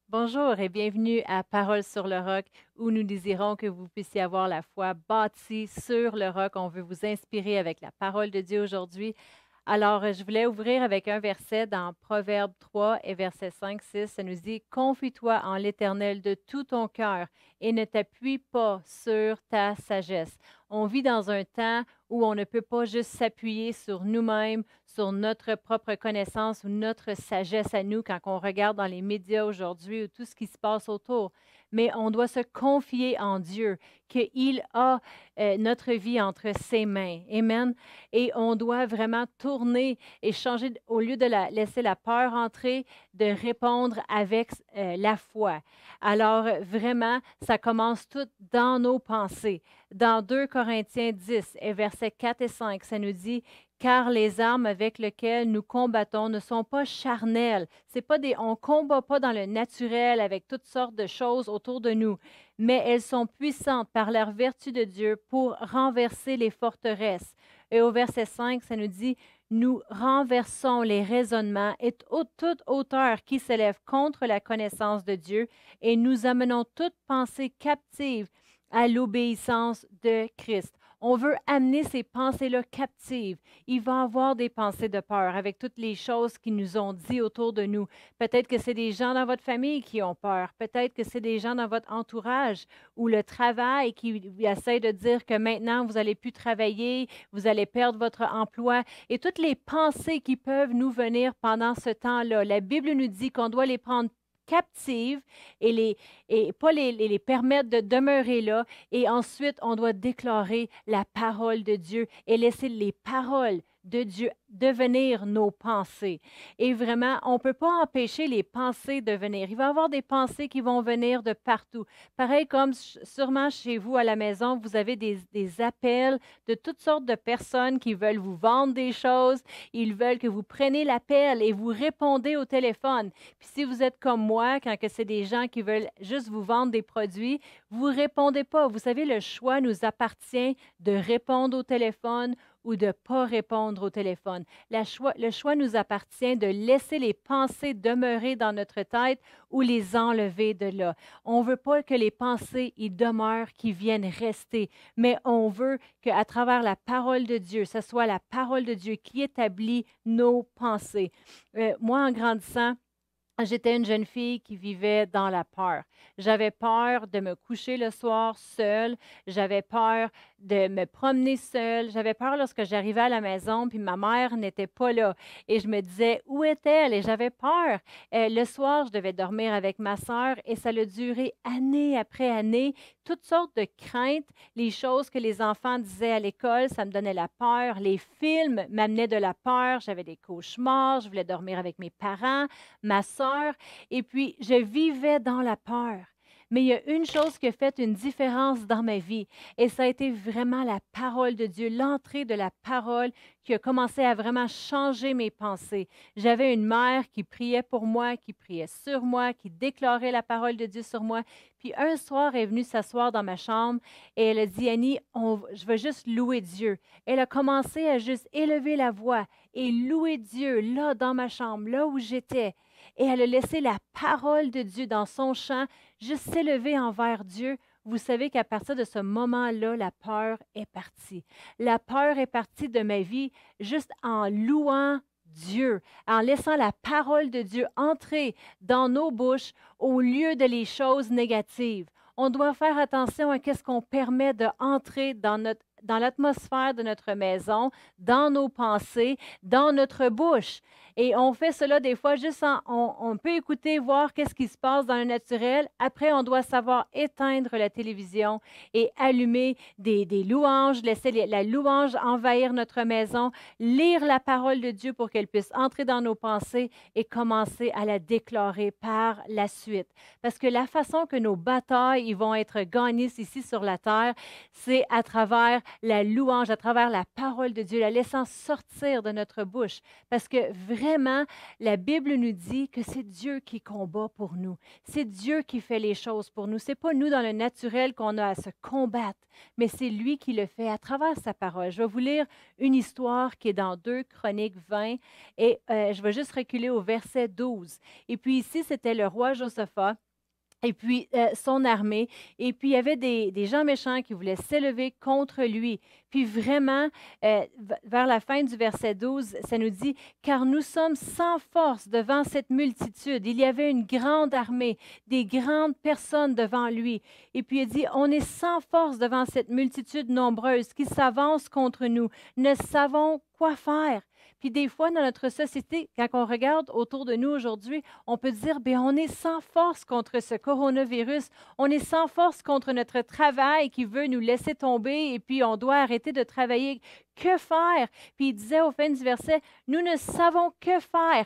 Bonjour et bienvenue à Parole sur le roc, où nous désirons que vous puissiez avoir la foi bâtie sur le roc. On veut vous inspirer avec la parole de Dieu aujourd'hui. Alors, je voulais ouvrir avec un verset dans Proverbe 3 et verset 5-6. Ça nous dit: Confie-toi en l'Éternel de tout ton cœur et ne t'appuie pas sur ta sagesse. On vit dans un temps où on ne peut pas juste s'appuyer sur nous-mêmes, sur notre propre connaissance ou notre sagesse à nous quand on regarde dans les médias aujourd'hui ou tout ce qui se passe autour. Mais on doit se confier en Dieu, qu'il a notre vie entre ses mains. Amen. Et on doit vraiment tourner et changer, au lieu de laisser la peur entrer, de répondre avec la foi. Alors, vraiment, ça commence tout dans nos pensées. Dans 2 Corinthiens 10 et versets 4 et 5, ça nous dit: car les armes avec lesquelles nous combattons ne sont pas charnelles. C'est pas on ne combat pas dans le naturel avec toutes sortes de choses autour de nous, mais elles sont puissantes par leur vertu de Dieu pour renverser les forteresses. Et au verset 5, ça nous dit: nous renversons les raisonnements et toute hauteur qui s'élève contre la connaissance de Dieu, et nous amenons toute pensée captive à l'obéissance de Christ. On veut amener ces pensées-là captives. Il va y avoir des pensées de peur avec toutes les choses qui nous ont dit autour de nous. Peut-être que c'est des gens dans votre famille qui ont peur. Peut-être que c'est des gens dans votre entourage ou le travail qui essaie de dire que maintenant, vous n'allez plus travailler, vous allez perdre votre emploi. Et toutes les pensées qui peuvent nous venir pendant ce temps-là. La Bible nous dit qu'on doit les prendre captives et pas les permettre de demeurer là. Et ensuite, on doit déclarer la parole de Dieu et laisser les paroles de Dieu devenir nos pensées. Et vraiment, on ne peut pas empêcher les pensées de venir. Il va y avoir des pensées qui vont venir de partout. Pareil comme sûrement chez vous à la maison, vous avez des appels de toutes sortes de personnes qui veulent vous vendre des choses. Ils veulent que vous preniez l'appel et vous répondez au téléphone. Puis si vous êtes comme moi, quand c'est des gens qui veulent juste vous vendre des produits, vous ne répondez pas. Vous savez, le choix nous appartient de répondre au téléphone ou de ne pas répondre au téléphone. Le choix nous appartient de laisser les pensées demeurer dans notre tête ou les enlever de là. On ne veut pas que les pensées y demeurent, qui viennent rester, mais on veut qu'à travers la parole de Dieu, ce soit la parole de Dieu qui établit nos pensées. Moi, en grandissant, j'étais une jeune fille qui vivait dans la peur. J'avais peur de me coucher le soir seule. J'avais peur de me promener seule. J'avais peur lorsque j'arrivais à la maison, puis ma mère n'était pas là. Et je me disais: où est-elle? Et j'avais peur. Le soir, je devais dormir avec ma sœur et ça a duré année après année. Toutes sortes de craintes, les choses que les enfants disaient à l'école, ça me donnait la peur. Les films m'amenaient de la peur. J'avais des cauchemars. Je voulais dormir avec mes parents, ma sœur, et puis je vivais dans la peur. Mais il y a une chose qui a fait une différence dans ma vie, et ça a été vraiment la parole de Dieu, l'entrée de la parole qui a commencé à vraiment changer mes pensées. J'avais une mère qui priait pour moi, qui priait sur moi, qui déclarait la parole de Dieu sur moi. Puis un soir, elle est venue s'asseoir dans ma chambre et elle a dit: Annie, je veux juste louer Dieu. Elle a commencé à juste élever la voix et louer Dieu là dans ma chambre, là où j'étais. Et elle a laissé la parole de Dieu dans son chant juste s'élever envers Dieu. Vous savez qu'à partir de ce moment-là, la peur est partie. La peur est partie de ma vie juste en louant Dieu, en laissant la parole de Dieu entrer dans nos bouches au lieu de les choses négatives. On doit faire attention à ce qu'on permet d'entrer dans l'atmosphère de notre maison, dans nos pensées, dans notre bouche. Et on fait cela des fois juste on peut écouter, voir qu'est-ce qui se passe dans le naturel. Après, on doit savoir éteindre la télévision et allumer des louanges, laisser la louange envahir notre maison, lire la parole de Dieu pour qu'elle puisse entrer dans nos pensées et commencer à la déclarer par la suite. Parce que la façon que nos batailles ils vont être gagnées ici sur la terre, c'est à travers la louange, à travers la parole de Dieu, la laissant sortir de notre bouche. Parce que vraiment, la Bible nous dit que c'est Dieu qui combat pour nous. C'est Dieu qui fait les choses pour nous. Ce n'est pas nous dans le naturel qu'on a à se combattre, mais c'est lui qui le fait à travers sa parole. Je vais vous lire une histoire qui est dans 2 Chroniques 20 et je vais juste reculer au verset 12. Et puis ici, c'était le roi Josaphat et puis son armée. Et puis il y avait des gens méchants qui voulaient s'élever contre lui. Puis vraiment, vers la fin du verset 12, ça nous dit, « Car nous sommes sans force devant cette multitude. » Il y avait une grande armée, des grandes personnes devant lui. Et puis il dit, « On est sans force devant cette multitude nombreuse qui s'avance contre nous. Ne savons quoi faire. » Puis des fois, dans notre société, quand on regarde autour de nous aujourd'hui, on peut dire, bien, on est sans force contre ce coronavirus. On est sans force contre notre travail qui veut nous laisser tomber et puis on doit arrêter de travailler. Que faire? Puis il disait au fin du verset, nous ne savons que faire,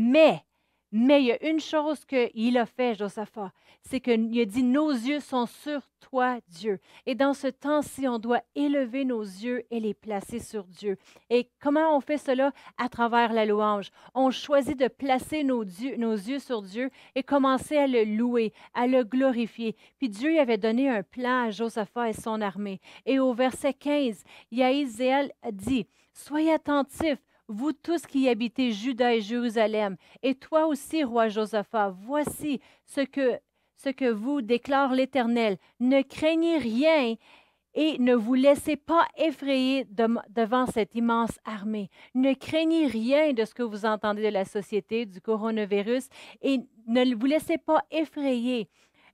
mais il y a une chose qu'il a fait, Josaphat, c'est qu'il a dit, nos yeux sont sur toi, Dieu. Et dans ce temps-ci, on doit élever nos yeux et les placer sur Dieu. Et comment on fait cela? À travers la louange. On choisit de placer nos yeux sur Dieu et commencer à le louer, à le glorifier. Puis Dieu lui avait donné un plan à Josaphat et son armée. Et au verset 15, Yahaziel dit, « Soyez attentifs, vous tous qui habitez Juda et Jérusalem, et toi aussi, roi Josaphat, voici ce que vous déclare l'Éternel. Ne craignez rien et ne vous laissez pas effrayer devant cette immense armée. Ne craignez rien de ce que vous entendez de la société, du coronavirus, et ne vous laissez pas effrayer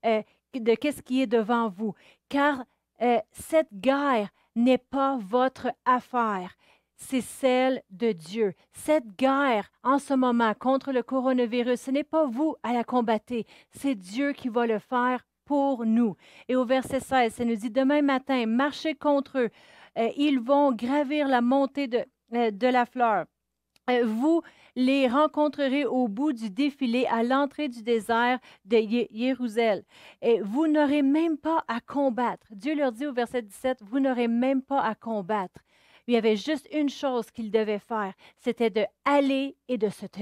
de ce qui est devant vous, car cette guerre n'est pas votre affaire. C'est celle de Dieu. Cette guerre en ce moment contre le coronavirus, ce n'est pas vous à la combattre, c'est Dieu qui va le faire pour nous. Et au verset 16, ça nous dit, demain matin, marchez contre eux. Ils vont gravir la montée de la fleur. Vous les rencontrerez au bout du défilé à l'entrée du désert de Jérusalem. Et vous n'aurez même pas à combattre. Dieu leur dit au verset 17, vous n'aurez même pas à combattre. Il y avait juste une chose qu'il devait faire, c'était d'aller et de se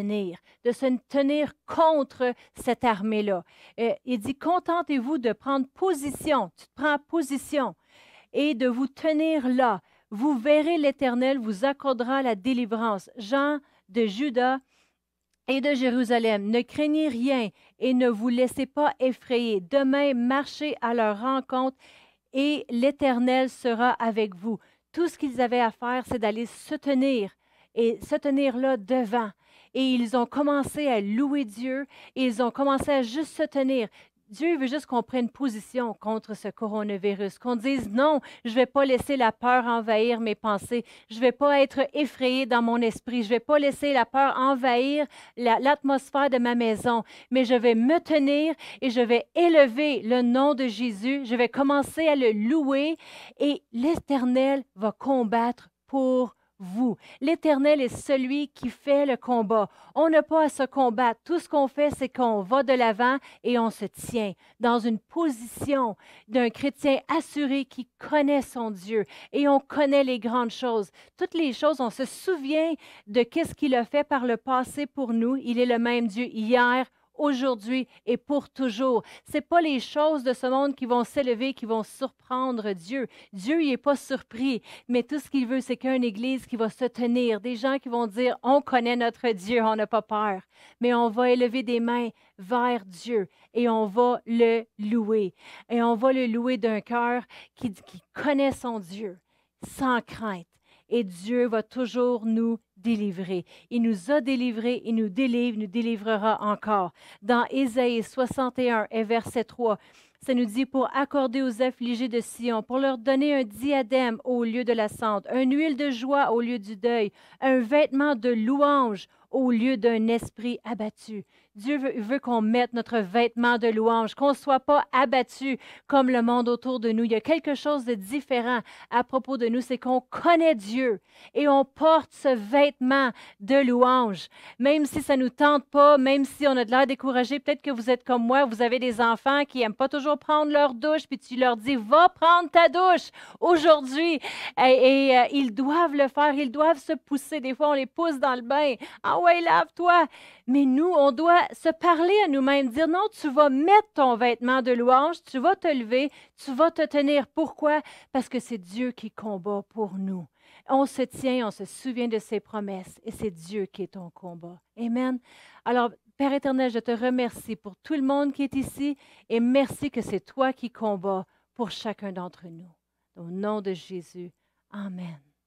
tenir contre cette armée-là. Il dit, contentez-vous de prendre position, tu te prends position, et de vous tenir là. Vous verrez l'Éternel vous accordera la délivrance. Gens de Juda et de Jérusalem, ne craignez rien et ne vous laissez pas effrayer. Demain, marchez à leur rencontre et l'Éternel sera avec vous. Tout ce qu'ils avaient à faire, c'est d'aller se tenir et se tenir là devant. Et ils ont commencé à louer Dieu et ils ont commencé à juste se tenir. Dieu veut juste qu'on prenne position contre ce coronavirus, qu'on dise non, je ne vais pas laisser la peur envahir mes pensées, je ne vais pas être effrayé dans mon esprit, je ne vais pas laisser la peur envahir l'atmosphère de ma maison, mais je vais me tenir et je vais élever le nom de Jésus, je vais commencer à le louer et l'Éternel va combattre pour vous. L'Éternel est celui qui fait le combat. On n'a pas à se combattre. Tout ce qu'on fait, c'est qu'on va de l'avant et on se tient dans une position d'un chrétien assuré qui connaît son Dieu et on connaît les grandes choses. Toutes les choses, on se souvient de qu'est-ce qu'il a fait par le passé pour nous. Il est le même Dieu hier, aujourd'hui et pour toujours. Ce n'est pas les choses de ce monde qui vont s'élever, qui vont surprendre Dieu. Dieu, il n'est pas surpris, mais tout ce qu'il veut, c'est qu'une Église qui va se tenir, des gens qui vont dire, on connaît notre Dieu, on n'a pas peur, mais on va élever des mains vers Dieu et on va le louer. Et on va le louer d'un cœur qui connaît son Dieu, sans crainte. Et Dieu va toujours nous délivrer. Il nous a délivrés, il nous délivre, nous délivrera encore. Dans Ésaïe 61 et verset 3, ça nous dit pour accorder aux affligés de Sion, pour leur donner un diadème au lieu de la cendre, une huile de joie au lieu du deuil, un vêtement de louange au lieu d'un esprit abattu. Dieu veut qu'on mette notre vêtement de louange, qu'on ne soit pas abattu comme le monde autour de nous. Il y a quelque chose de différent à propos de nous, c'est qu'on connaît Dieu et on porte ce vêtement de louange. Même si ça ne nous tente pas, même si on a de l'air découragé, peut-être que vous êtes comme moi, vous avez des enfants qui n'aiment pas toujours prendre leur douche, puis tu leur dis, va prendre ta douche aujourd'hui. Ils doivent le faire, ils doivent se pousser. Des fois, on les pousse dans le bain. Ah ouais, lave-toi. Mais nous, on doit se parler à nous-mêmes, dire non, tu vas mettre ton vêtement de louange, tu vas te lever, tu vas te tenir. Pourquoi? Parce que c'est Dieu qui combat pour nous. On se tient, on se souvient de ses promesses et c'est Dieu qui est ton combat. Amen. Alors, Père éternel, je te remercie pour tout le monde qui est ici et merci que c'est toi qui combats pour chacun d'entre nous. Au nom de Jésus. Amen.